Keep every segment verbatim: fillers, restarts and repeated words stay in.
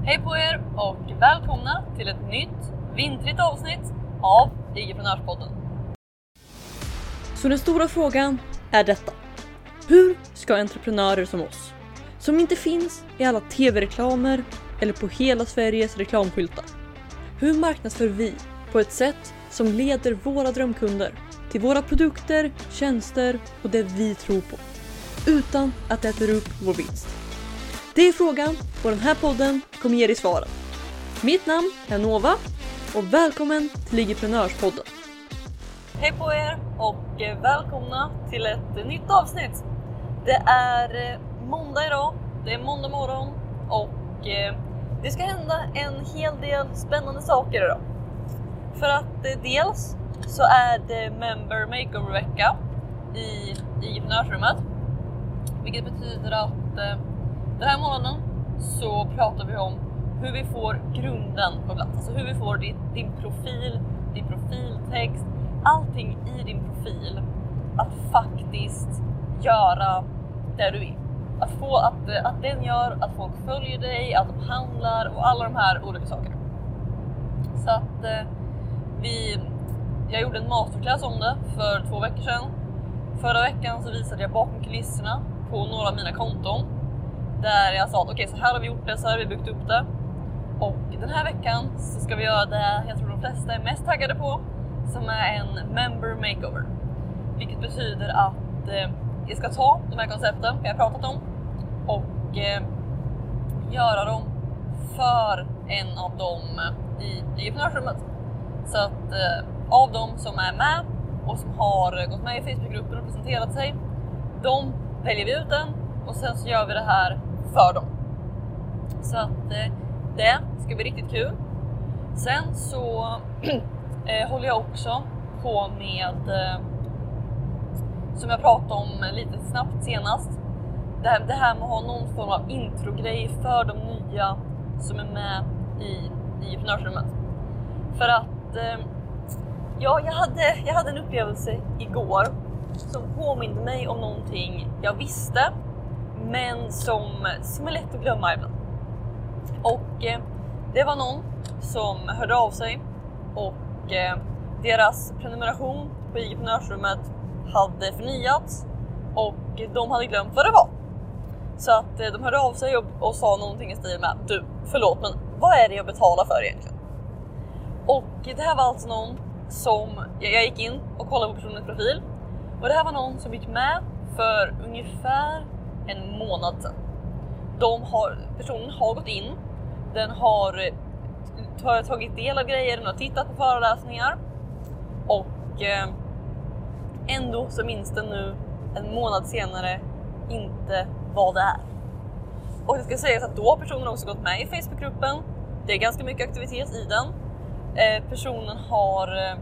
Hej på er och välkomna till ett nytt vintrigt avsnitt av Igeprenörspodden. Så den stora frågan är detta. Hur ska entreprenörer som oss, som inte finns i alla tv-reklamer eller på hela Sveriges reklamskyltar, hur marknadsför vi på ett sätt som leder våra drömkunder till våra produkter, tjänster och det vi tror på, utan att det äter upp vår vinst? Det är frågan och den här podden kommer ge dig svaren. Mitt namn är Nova och välkommen till Igeprenörspodden. Hej på er och välkomna till ett nytt avsnitt. Det är måndag idag, det är måndag morgon och det ska hända en hel del spännande saker idag. För att dels så är det Member Makeover-vecka i Igeprenörsrummet, vilket betyder att den här månaden så pratar vi om hur vi får grunden på plats. Alltså hur vi får din, din profil, din profiltext, allting i din profil att faktiskt göra det du vill. Att få att, att den gör, att folk följer dig, att de handlar och alla de här olika sakerna. Så att eh, vi, jag gjorde en masterclass om det för två veckor sedan. Förra veckan så visade jag bakom kulisserna på några av mina konton. Där jag sa att okej, okay, så här har vi gjort det, så här har vi byggt upp det. Och den här veckan så ska vi göra det jag tror de flesta är mest taggade på, som är en member makeover. Vilket betyder att eh, jag ska ta de här koncepten jag har pratat om och eh, göra dem för en av dem i Igeprenörsrummet. Så att eh, av dem som är med och som har gått med i Facebookgruppen och presenterat sig, de väljer vi ut den och sen så gör vi det här för dem. Så att eh, det ska bli riktigt kul. Sen så eh, håller jag också på med, eh, som jag pratade om lite snabbt senast, det här, det här med att ha någon form av introgrej för de nya som är med i Igeprenörsrummet. För att eh, ja, jag, hade, jag hade en upplevelse igår som påminde mig om någonting jag visste, men som, som är lätt att glömma ibland. Och eh, det var någon som hörde av sig och eh, deras prenumeration på Igeprenörsrummet hade förnyats och de hade glömt vad det var. Så att eh, de hörde av sig och, och sa någonting i stil med: du, förlåt, men vad är det jag betalar för egentligen? Och det här var alltså någon som, jag, jag gick in och kollade på personens profil, och det här var någon som gick med för ungefär en månad sedan. De har, personen har gått in, den har tagit del av grejer, den har tittat på föreläsningar och eh, ändå så minns den nu en månad senare inte vad det är. Och det ska sägas att då har personen också gått med i Facebookgruppen. Det är ganska mycket aktivitet i den. Eh, personen har, eh,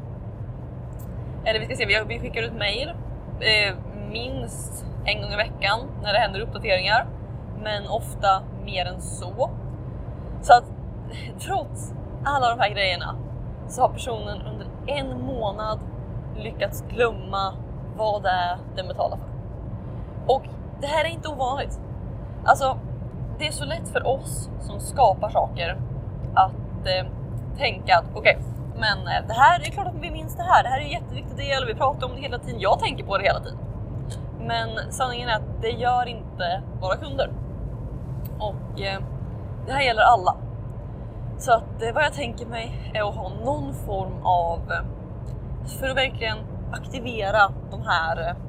eller vi ska se, vi, vi skickar ut mejl eh, minst en gång i veckan när det händer uppdateringar, men ofta mer än så. Så att trots alla de här grejerna så har personen under en månad lyckats glömma vad det är den betalar för. Och det här är inte ovanligt. Alltså, det är så lätt för oss som skapar saker att eh, tänka att okej, okay, men eh, det här är klart att vi minns det här. Det här är en jätteviktig del och vi pratar om det hela tiden. Jag tänker på det hela tiden. Men sanningen är att det gör inte våra kunder. Och eh, det här gäller alla. Så att eh, vad jag tänker mig är att ha någon form av, eh, för att verkligen aktivera de här, eh,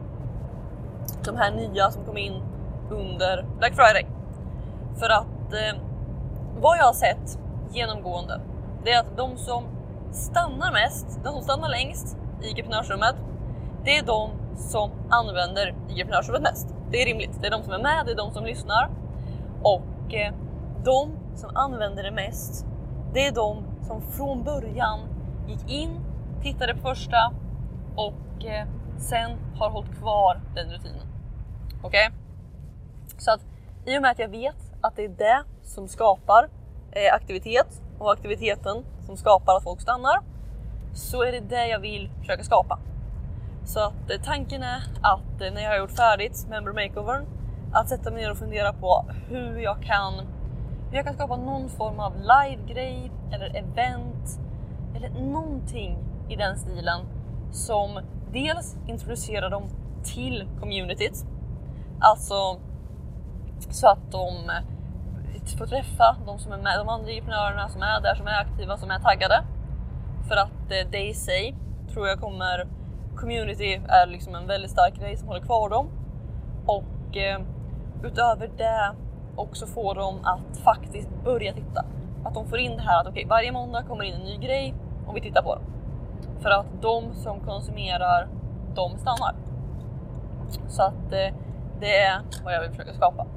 de här nya som kom in under Black Friday. För att eh, vad jag har sett genomgående, det är att de som stannar mest, de som stannar längst i Igeprenörsrummet, det är de som använder Igeprenörsrummet mest. Det är rimligt, det är de som är med, det är de som lyssnar. Och eh, de som använder det mest, det är de som från början gick in, tittade på första och eh, sen har hållit kvar den rutinen. Okej? Okay? Så att i och med att jag vet att det är det som skapar eh, aktivitet och aktiviteten som skapar att folk stannar, så är det det jag vill försöka skapa. Så att eh, tanken är att eh, när jag har gjort färdigt Member Makeover, att sätta mig ner och fundera på hur jag kan hur jag kan skapa någon form av live-grej eller event eller någonting i den stilen som dels introducerar dem till communityt, alltså så att de får träffa de som är med, de andra entreprenörerna som är där, som är aktiva, som är taggade. För att eh, det i sig tror jag kommer, community är liksom en väldigt stark grej som håller kvar dem. Och eh, utöver det också får dem att faktiskt börja titta. Att de får in det här att okej, okay, varje måndag kommer in en ny grej och vi tittar på den. För att de som konsumerar, de stannar. Så att eh, det är vad jag vill försöka skapa.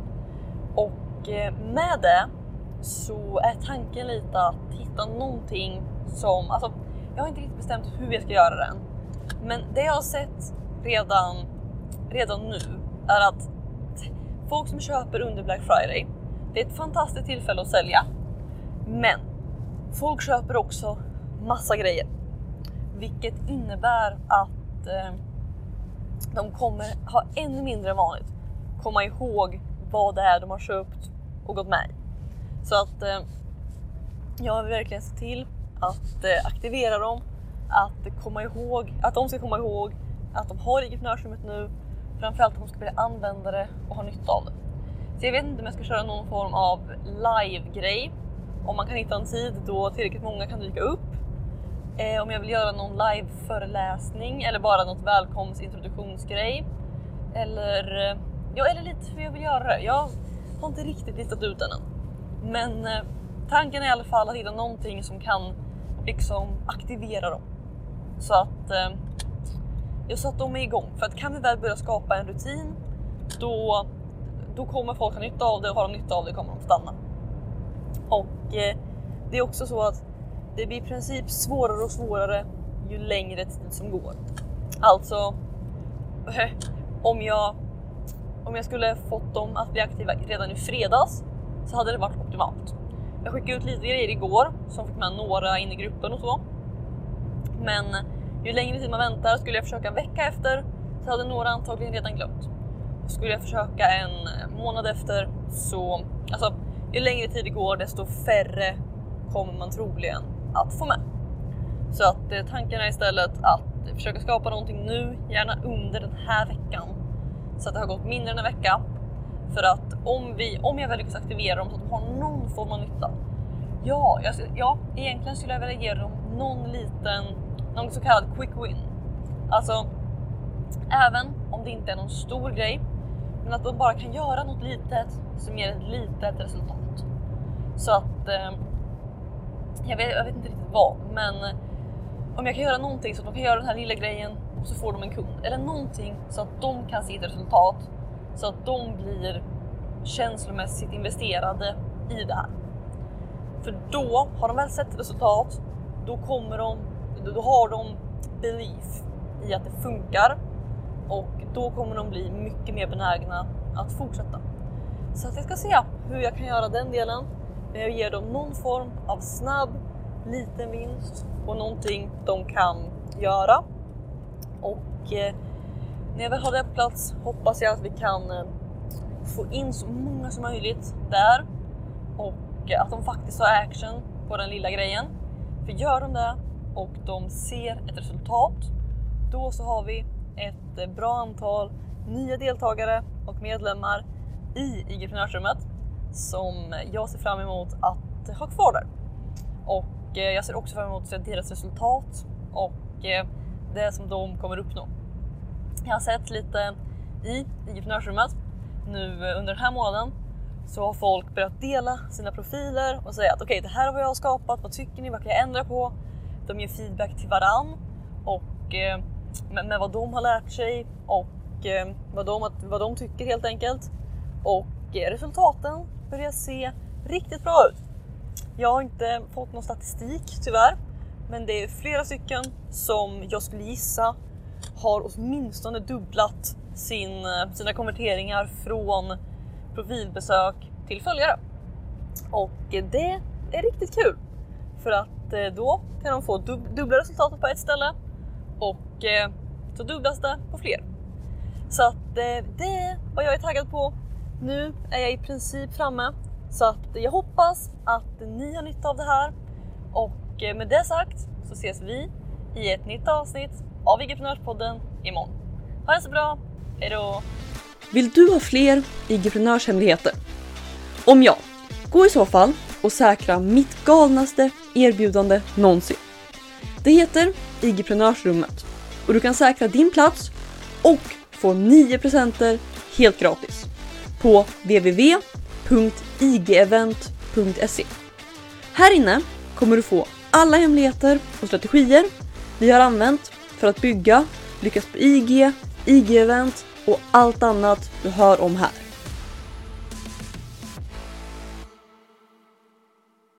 Och eh, med det så är tanken lite att hitta någonting som, alltså jag har inte riktigt bestämt hur jag ska göra den. Men det jag har sett redan, redan nu är att folk som köper under Black Friday, det är ett fantastiskt tillfälle att sälja. Men folk köper också massa grejer. Vilket innebär att eh, de kommer ha ännu mindre än vanligt komma ihåg vad det är de har köpt och gått med i. Så att eh, jag vill verkligen se till att eh, aktivera dem, att komma ihåg, att de ska komma ihåg att de har entreprenörsrummet nu, framförallt att de ska bli användare och ha nytta av det. Så jag vet inte om jag ska köra någon form av live-grej, om man kan hitta en tid då tillräckligt många kan dyka upp. Eh, om jag vill göra någon live-föreläsning eller bara något välkomstintroduktionsgrej. Eller, eh, ja, eller lite hur jag vill göra det. Jag har inte riktigt listat ut den än. Men eh, tanken är i alla fall att hitta någonting som kan liksom aktivera dem. Så att eh, jag så att de är igång. För att kan vi väl börja skapa en rutin, då, då kommer folk ha nytta av det, och har de nytta av det kommer de stanna. Och eh, det är också så att det blir i princip svårare och svårare ju längre tid som går. Alltså, om jag, om jag skulle fått dem att bli aktiva redan i fredags så hade det varit optimalt. Jag skickade ut lite grejer igår som fick med några in i gruppen och så. Men ju längre tid man väntar, skulle jag försöka en vecka efter så hade några antagligen redan glömt. Och skulle jag försöka en månad efter så, alltså ju längre tid det går desto färre kommer man troligen att få med. Så att eh, tanken är istället att försöka skapa någonting nu, gärna under den här veckan. Så att det har gått mindre än en vecka. För att om, vi, om jag väl lyckas aktivera dem så att de har någon form av nytta. Ja, jag, ja, egentligen skulle jag vilja ge dem någon liten, någon så kallad quick win. Alltså, även om det inte är någon stor grej, men att de bara kan göra något litet som ger ett litet resultat. Så att, eh, jag, vet, jag vet inte riktigt vad, men om jag kan göra någonting så att de kan göra den här lilla grejen och så får de en kund. Eller någonting så att de kan se ett resultat, så att de blir känslomässigt investerade i det här. För då har de väl sett resultat, då kommer de, då har de belief i att det funkar, och då kommer de bli mycket mer benägna att fortsätta. Så att jag ska se hur jag kan göra den delen. Jag ger dem någon form av snabb, liten vinst och någonting de kan göra. Och eh, när jag väl har det på plats hoppas jag att vi kan eh, få in så många som möjligt där. Och eh, att de faktiskt har action på den lilla grejen. För gör de det och de ser ett resultat, då så har vi ett eh, bra antal nya deltagare och medlemmar i entreprenörsrummet som jag ser fram emot att ha kvar där. Och eh, jag ser också fram emot att se deras resultat och eh, det som de kommer uppnå. Jag har sett lite i entreprenörsrummet nu under den här månaden, så har folk börjat dela sina profiler och säga att okej, okay, det här är vad jag har skapat, vad tycker ni, vad kan jag ändra på? De ger feedback till varann och eh, med, med vad de har lärt sig och eh, vad, de, vad de tycker helt enkelt. Och eh, resultaten börjar se riktigt bra ut. Jag har inte fått någon statistik tyvärr, men det är flera stycken som jag skulle gissa har åtminstone dubblat sin, sina konverteringar från profilbesök till följare. Och det är riktigt kul, för att då kan de få dub- dubbla resultatet på ett ställe och så dubblas det på fler. Så att det är vad jag är taggad på. Nu är jag i princip framme, Så att jag hoppas att ni har nytta av det här. Och med det sagt så ses vi i ett nytt avsnitt av Igeprenörspodden imorgon. Ha det så bra, hejdå! Vill du ha fler Igeprenörshemligheter? Om ja, gå i så fall och säkra mitt galnaste erbjudande någonsin. Det heter Igeprenörsrummet och du kan säkra din plats och få nio procent helt gratis på w w w punkt i g event punkt se. Här inne kommer du få alla hemligheter och strategier vi har använt för att bygga, lyckas på I G, I G-event och allt annat du hör om här.